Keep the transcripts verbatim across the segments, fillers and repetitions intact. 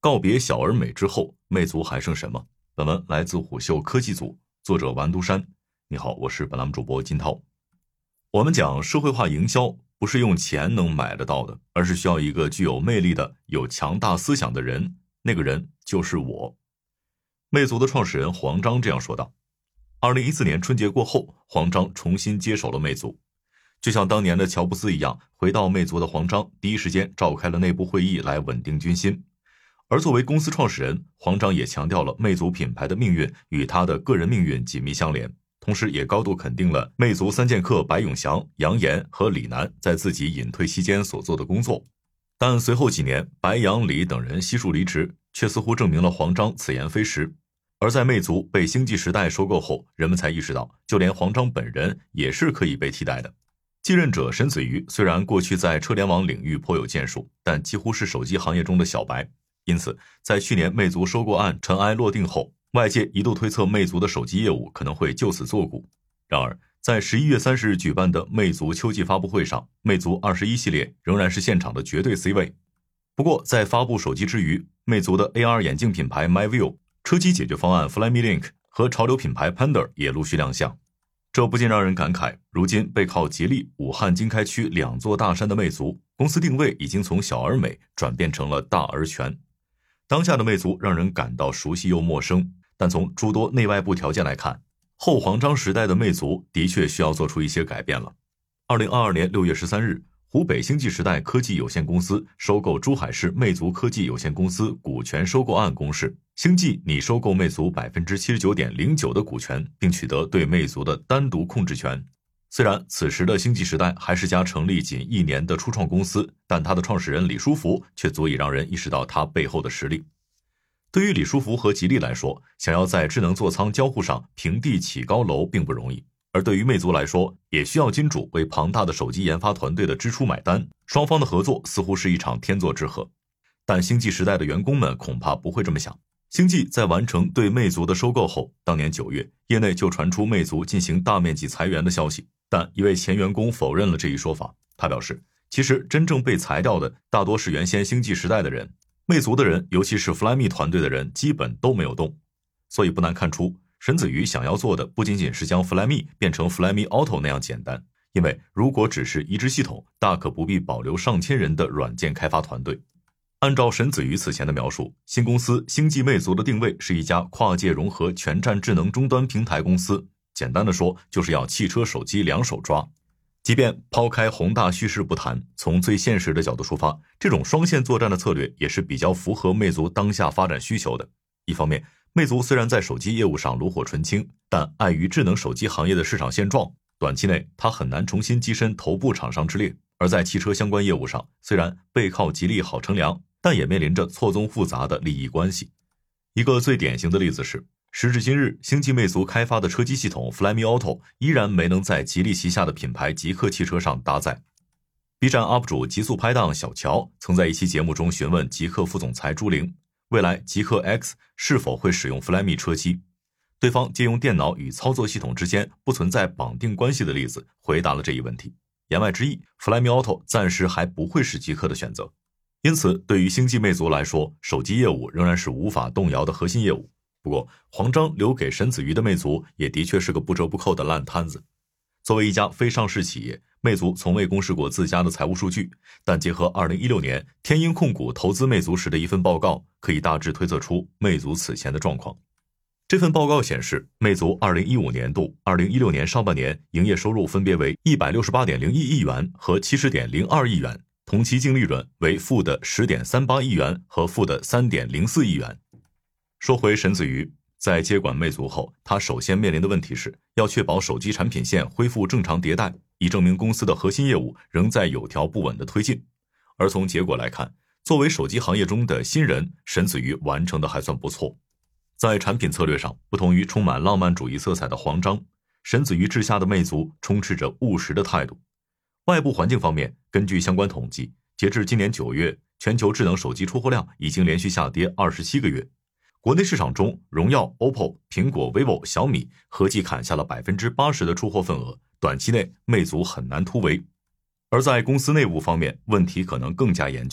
告别小而美之后，魅族还剩什么？本文来自虎嗅科技组，作者完都山。你好，我是本栏目主播金涛。我们讲社会化营销，不是用钱能买得到的，而是需要一个具有魅力的、有强大思想的人，那个人就是我。魅族的创始人黄章这样说道。二零一四年春节过后，黄章重新接手了魅族。就像当年的乔布斯一样，回到魅族的黄章第一时间召开了内部会议来稳定军心。而作为公司创始人，黄章也强调了魅族品牌的命运与他的个人命运紧密相连，同时也高度肯定了魅族三剑客白永祥、杨岩和李楠在自己隐退期间所做的工作。但随后几年，白杨李等人悉数离职，却似乎证明了黄章此言非实。而在魅族被星际时代收购后，人们才意识到，就连黄章本人也是可以被替代的。继任者沈子瑜虽然过去在车联网领域颇有建树，但几乎是手机行业中的小白。因此，在去年魅族收购案尘埃落定后，外界一度推测魅族的手机业务可能会就此作古。然而，在十一月三十日举办的魅族秋季发布会上，魅族二十一系列仍然是现场的绝对 C 位。不过，在发布手机之余，魅族的 A R 眼镜品牌 MyView、车机解决方案 Flyme Link 和潮流品牌 Panda 也陆续亮相。这不禁让人感慨，如今背靠吉利、武汉经开区两座大山的魅族，公司定位已经从小而美转变成了大而全。当下的魅族让人感到熟悉又陌生，但从诸多内外部条件来看，后黄章时代的魅族的确需要做出一些改变了。二零二二年六月十三日，湖北星际时代科技有限公司收购珠海市魅族科技有限公司股权收购案公示，星际拟收购魅族 百分之七十九点零九 的股权，并取得对魅族的单独控制权。虽然此时的星际时代还是家成立仅一年的初创公司，但他的创始人李书福却足以让人意识到他背后的实力。对于李书福和吉利来说，想要在智能座舱交互上平地起高楼并不容易，而对于魅族来说，也需要金主为庞大的手机研发团队的支出买单，双方的合作似乎是一场天作之合。但星际时代的员工们恐怕不会这么想。星际在完成对魅族的收购后，当年九月，业内就传出魅族进行大面积裁员的消息，但一位前员工否认了这一说法。他表示，其实真正被裁掉的大多是原先星际时代的人，魅族的人，尤其是 Flyme 团队的人基本都没有动。所以不难看出，沈子瑜想要做的不仅仅是将 Flyme 变成 Flyme Auto 那样简单，因为如果只是移植系统，大可不必保留上千人的软件开发团队。按照沈子瑜此前的描述，新公司星际魅族的定位是一家跨界融合全站智能终端平台公司，简单的说，就是要汽车手机两手抓。即便抛开宏大叙事不谈，从最现实的角度出发，这种双线作战的策略也是比较符合魅族当下发展需求的。一方面，魅族虽然在手机业务上炉火纯青，但碍于智能手机行业的市场现状，短期内它很难重新跻身头部厂商之列。而在汽车相关业务上，虽然背靠吉利好乘凉，但也面临着错综复杂的利益关系。一个最典型的例子是，时至今日，星际魅族开发的车机系统 Flyme Auto 依然没能在吉利旗下的品牌极客汽车上搭载。B 站 U P 主极速拍档小乔曾在一期节目中询问极客副总裁朱玲，未来极客 X 是否会使用 Flyme 车机。对方借用电脑与操作系统之间不存在绑定关系的例子回答了这一问题。言外之意， Flyme Auto 暂时还不会是极客的选择。因此，对于星际魅族来说，手机业务仍然是无法动摇的核心业务。不过，黄章留给沈子瑜的魅族也的确是个不折不扣的烂摊子。作为一家非上市企业，魅族从未公示过自家的财务数据，但结合二零一六年天鹰控股投资魅族时的一份报告，可以大致推测出魅族此前的状况。这份报告显示，魅族二零一五年度、二零一六年上半年营业收入分别为 一百六十八点零一亿元和 七十点零二亿元，同期净利润为负的 十点三八亿元和负的 三点零四亿元。说回沈子瑜，在接管魅族后，他首先面临的问题是要确保手机产品线恢复正常迭代，以证明公司的核心业务仍在有条不紊地推进。而从结果来看，作为手机行业中的新人，沈子瑜完成的还算不错。在产品策略上，不同于充满浪漫主义色彩的黄章，沈子瑜治下的魅族充斥着务实的态度。外部环境方面，根据相关统计，截至今年九月，全球智能手机出货量已经连续下跌二十七个月。国内市场中，荣耀、O P P O、苹果、vivo、小米合计砍下了 百分之八十 的出货份额，短期内魅族很难突围。而在公司内部方面，问题可能更加严峻。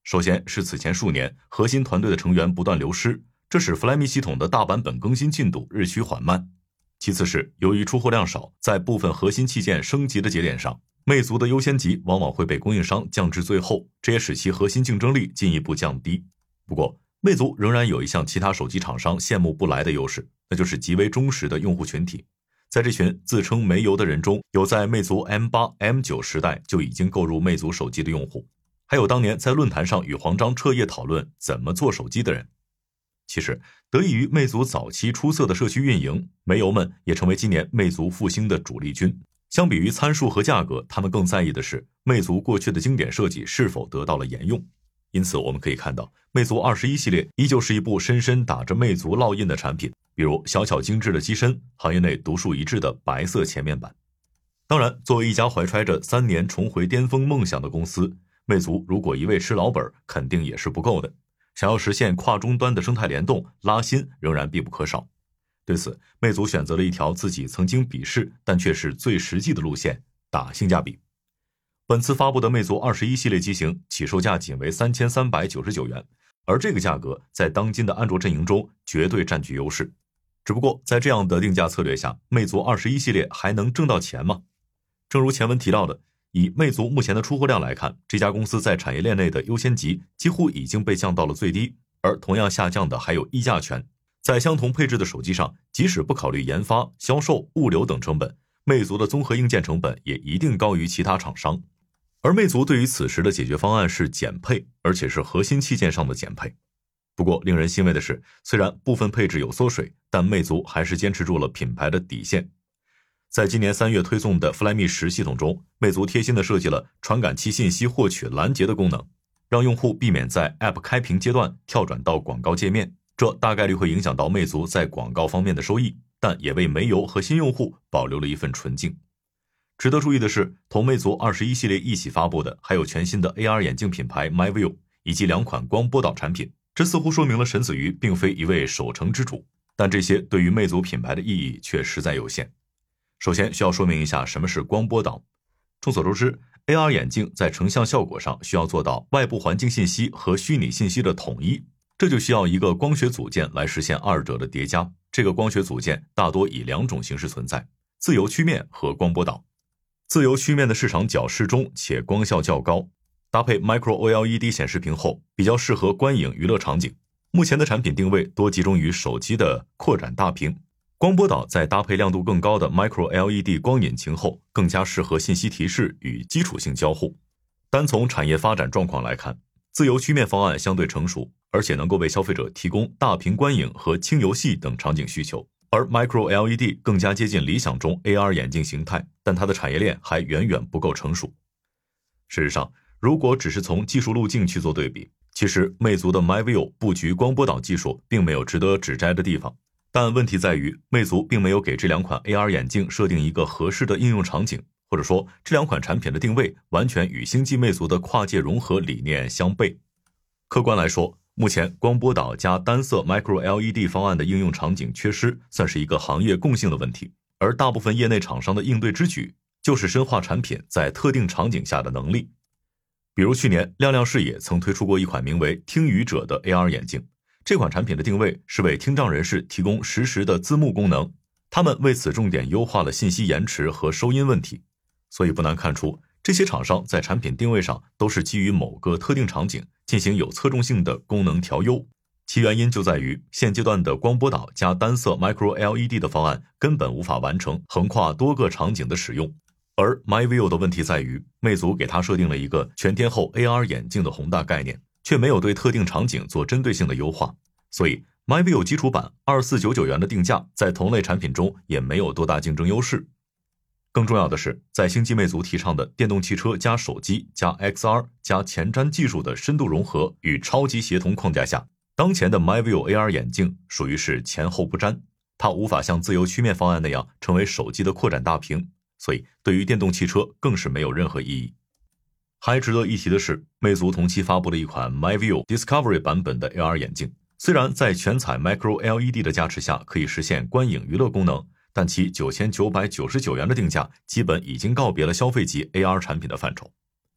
首先是此前数年核心团队的成员不断流失，这使 Flyme 系统的大版本更新进度日趋缓慢。其次是由于出货量少，在部分核心器件升级的节点上，魅族的优先级往往会被供应商降至最后，这也使其核心竞争力进一步降低。不过魅族仍然有一项其他手机厂商羡慕不来的优势，那就是极为忠实的用户群体。在这群自称煤油的人中，有在魅族 M 八、M 九 时代就已经购入魅族手机的用户，还有当年在论坛上与黄章彻夜讨论怎么做手机的人。其实得益于魅族早期出色的社区运营，煤油们也成为今年魅族复兴的主力军。相比于参数和价格，他们更在意的是魅族过去的经典设计是否得到了沿用。因此我们可以看到，魅族二十一系列依旧是一部深深打着魅族烙印的产品，比如小巧精致的机身，行业内独树一帜的白色前面板。当然，作为一家怀揣着三年重回巅峰梦想的公司，魅族如果一味吃老本，肯定也是不够的。想要实现跨终端的生态联动，拉新仍然必不可少。对此，魅族选择了一条自己曾经鄙视但却是最实际的路线，打性价比。本次发布的魅族二十一系列机型起售价仅为三千三百九十九元，而这个价格在当今的安卓阵营中绝对占据优势。只不过在这样的定价策略下，魅族二十一系列还能挣到钱吗？正如前文提到的，以魅族目前的出货量来看，这家公司在产业链内的优先级几乎已经被降到了最低，而同样下降的还有议价权。在相同配置的手机上，即使不考虑研发、销售、物流等成本，魅族的综合硬件成本也一定高于其他厂商。而魅族对于此时的解决方案是减配，而且是核心器件上的减配。不过令人欣慰的是，虽然部分配置有缩水，但魅族还是坚持住了品牌的底线。在今年三月推送的 Flyme 十系统中，魅族贴心地设计了传感器信息获取拦截的功能，让用户避免在 App 开屏阶段跳转到广告界面，这大概率会影响到魅族在广告方面的收益，但也为煤油和新用户保留了一份纯净。值得注意的是，同魅族二十一系列一起发布的还有全新的 A R 眼镜品牌 MyView 以及两款光波导产品，这似乎说明了沈子瑜并非一位守成之主，但这些对于魅族品牌的意义却实在有限。首先需要说明一下什么是光波导。众所周知， A R 眼镜在成像效果上需要做到外部环境信息和虚拟信息的统一，这就需要一个光学组件来实现二者的叠加。这个光学组件大多以两种形式存在，自由曲面和光波导。自由曲面的市场较适中且光效较高，搭配 Micro O L E D 显示屏后比较适合观影娱乐场景。目前的产品定位多集中于手机的扩展大屏，光波导在搭配亮度更高的 Micro L E D 光引擎后，更加适合信息提示与基础性交互。单从产业发展状况来看，自由曲面方案相对成熟，而且能够为消费者提供大屏观影和轻游戏等场景需求。而 Micro L E D 更加接近理想中 A R 眼镜形态，但它的产业链还远远不够成熟。事实上，如果只是从技术路径去做对比，其实魅族的 MyView 布局光波导技术并没有值得指摘的地方。但问题在于，魅族并没有给这两款 A R 眼镜设定一个合适的应用场景，或者说这两款产品的定位完全与星际魅族的跨界融合理念相悖。客观来说，目前光波导加单色 Micro L E D 方案的应用场景缺失，算是一个行业共性的问题，而大部分业内厂商的应对之举就是深化产品在特定场景下的能力。比如去年亮亮视野曾推出过一款名为听语者的 A R 眼镜，这款产品的定位是为听障人士提供实时的字幕功能，他们为此重点优化了信息延迟和收音问题。所以不难看出，这些厂商在产品定位上都是基于某个特定场景进行有侧重性的功能调优，其原因就在于现阶段的光波导加单色 Micro L E D 的方案根本无法完成横跨多个场景的使用。而 MyView 的问题在于，魅族给它设定了一个全天候 A R 眼镜的宏大概念，却没有对特定场景做针对性的优化，所以 MyView 基础版二四九九元的定价在同类产品中也没有多大竞争优势。更重要的是，在星际魅族提倡的电动汽车加手机加 X R 加前瞻技术的深度融合与超级协同框架下，当前的 MyView A R 眼镜属于是前后不沾，它无法像自由曲面方案那样成为手机的扩展大屏，所以对于电动汽车更是没有任何意义。还值得一提的是，魅族同期发布了一款 MyView Discovery 版本的 A R 眼镜，虽然在全彩 Micro L E D 的加持下可以实现观影娱乐功能，但其九千九百九十九元的定价基本已经告别了消费级 A R 产品的范畴。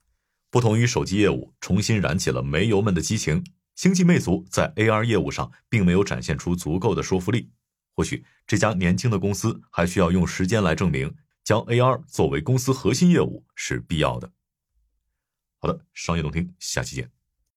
不同于手机业务重新燃起了煤油们的激情，星际魅族在 A R 业务上并没有展现出足够的说服力。或许这家年轻的公司还需要用时间来证明，将 A R 作为公司核心业务是必要的。好的，商业动听，下期见。